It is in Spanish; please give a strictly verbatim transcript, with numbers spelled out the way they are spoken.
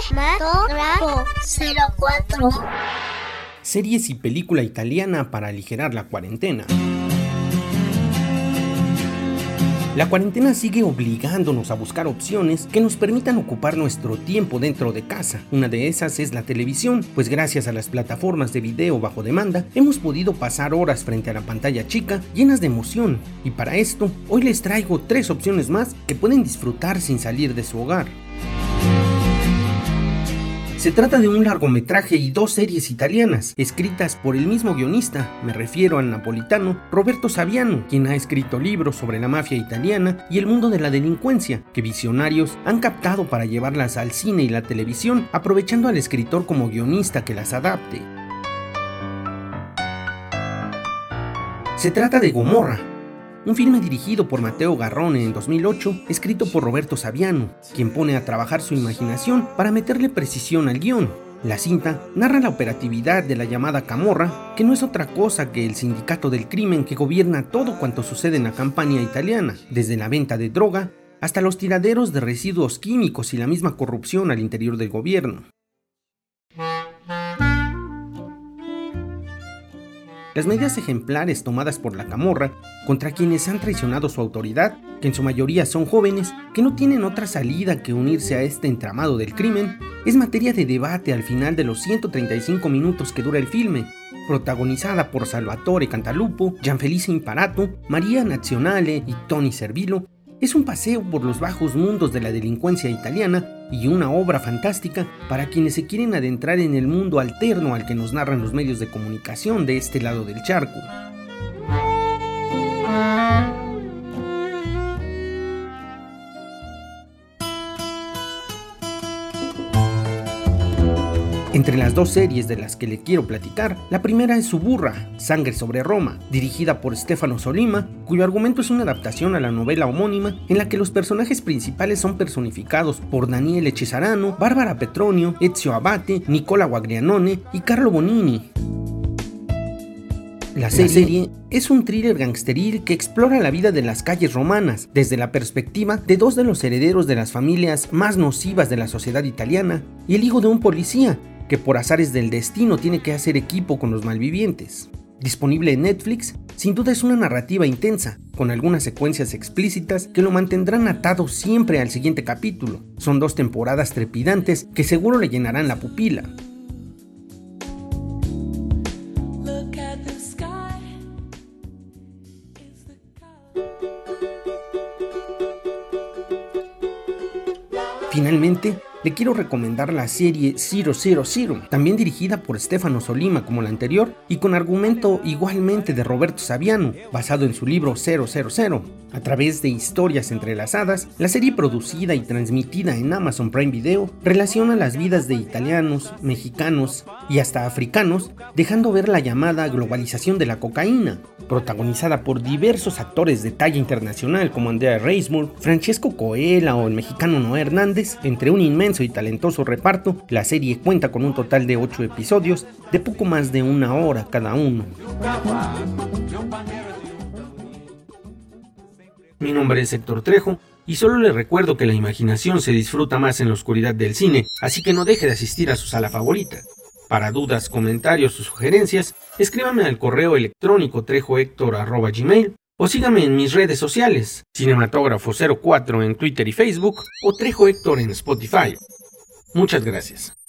Cinematógrafo cero cuatro. Series y película italiana para aligerar la cuarentena. La cuarentena sigue obligándonos a buscar opciones que nos permitan ocupar nuestro tiempo dentro de casa. Una de esas es la televisión, pues gracias a las plataformas de video bajo demanda, hemos podido pasar horas frente a la pantalla chica llenas de emoción. Y para esto, hoy les traigo tres opciones más que pueden disfrutar sin salir de su hogar. Se trata de un largometraje y dos series italianas, escritas por el mismo guionista, me refiero al napolitano Roberto Saviano, quien ha escrito libros sobre la mafia italiana y el mundo de la delincuencia, que visionarios han captado para llevarlas al cine y la televisión, aprovechando al escritor como guionista que las adapte. Se trata de Gomorra, un filme dirigido por Matteo Garrone en dos mil ocho, escrito por Roberto Saviano, quien pone a trabajar su imaginación para meterle precisión al guión. La cinta narra la operatividad de la llamada Camorra, que no es otra cosa que el sindicato del crimen que gobierna todo cuanto sucede en la Campania italiana, desde la venta de droga hasta los tiraderos de residuos químicos y la misma corrupción al interior del gobierno. Las medidas ejemplares tomadas por la Camorra contra quienes han traicionado su autoridad, que en su mayoría son jóvenes, que no tienen otra salida que unirse a este entramado del crimen, es materia de debate al final de los ciento treinta y cinco minutos que dura el filme, protagonizada por Salvatore Cantalupo, Gianfelice Imparato, Maria Nazionale y Tony Servillo. Es un paseo por los bajos mundos de la delincuencia italiana y una obra fantástica para quienes se quieren adentrar en el mundo alterno al que nos narran los medios de comunicación de este lado del charco. Entre las dos series de las que le quiero platicar, la primera es Suburra, Sangre sobre Roma, dirigida por Stefano Sollima, cuyo argumento es una adaptación a la novela homónima en la que los personajes principales son personificados por Daniele Cesarano, Barbara Petronio, Ezio Abate, Nicola Guaglianone y Carlo Bonini. La serie, la serie es un thriller gangsteril que explora la vida de las calles romanas desde la perspectiva de dos de los herederos de las familias más nocivas de la sociedad italiana y el hijo de un policía que por azares del destino tiene que hacer equipo con los malvivientes. Disponible en Netflix, sin duda es una narrativa intensa, con algunas secuencias explícitas que lo mantendrán atado siempre al siguiente capítulo. Son dos temporadas trepidantes que seguro le llenarán la pupila. Finalmente, le quiero recomendar la serie cero cero cero, también dirigida por Stefano Sollima como la anterior y con argumento igualmente de Roberto Saviano, basado en su libro cero cero cero. A través de historias entrelazadas, la serie producida y transmitida en Amazon Prime Video relaciona las vidas de italianos, mexicanos y hasta africanos, dejando ver la llamada globalización de la cocaína. Protagonizada por diversos actores de talla internacional como Andrea Riseborough, Francesco Coela o el mexicano Noé Hernández, entre un inmenso y talentoso reparto, la serie cuenta con un total de ocho episodios de poco más de una hora cada uno. Mi nombre es Héctor Trejo y solo le recuerdo que la imaginación se disfruta más en la oscuridad del cine, así que no deje de asistir a su sala favorita. Para dudas, comentarios o sugerencias, escríbame al correo electrónico trejohector arroba gmail o sígame en mis redes sociales, Cinematógrafo cero cuatro en Twitter y Facebook o Trejo Héctor en Spotify. Muchas gracias.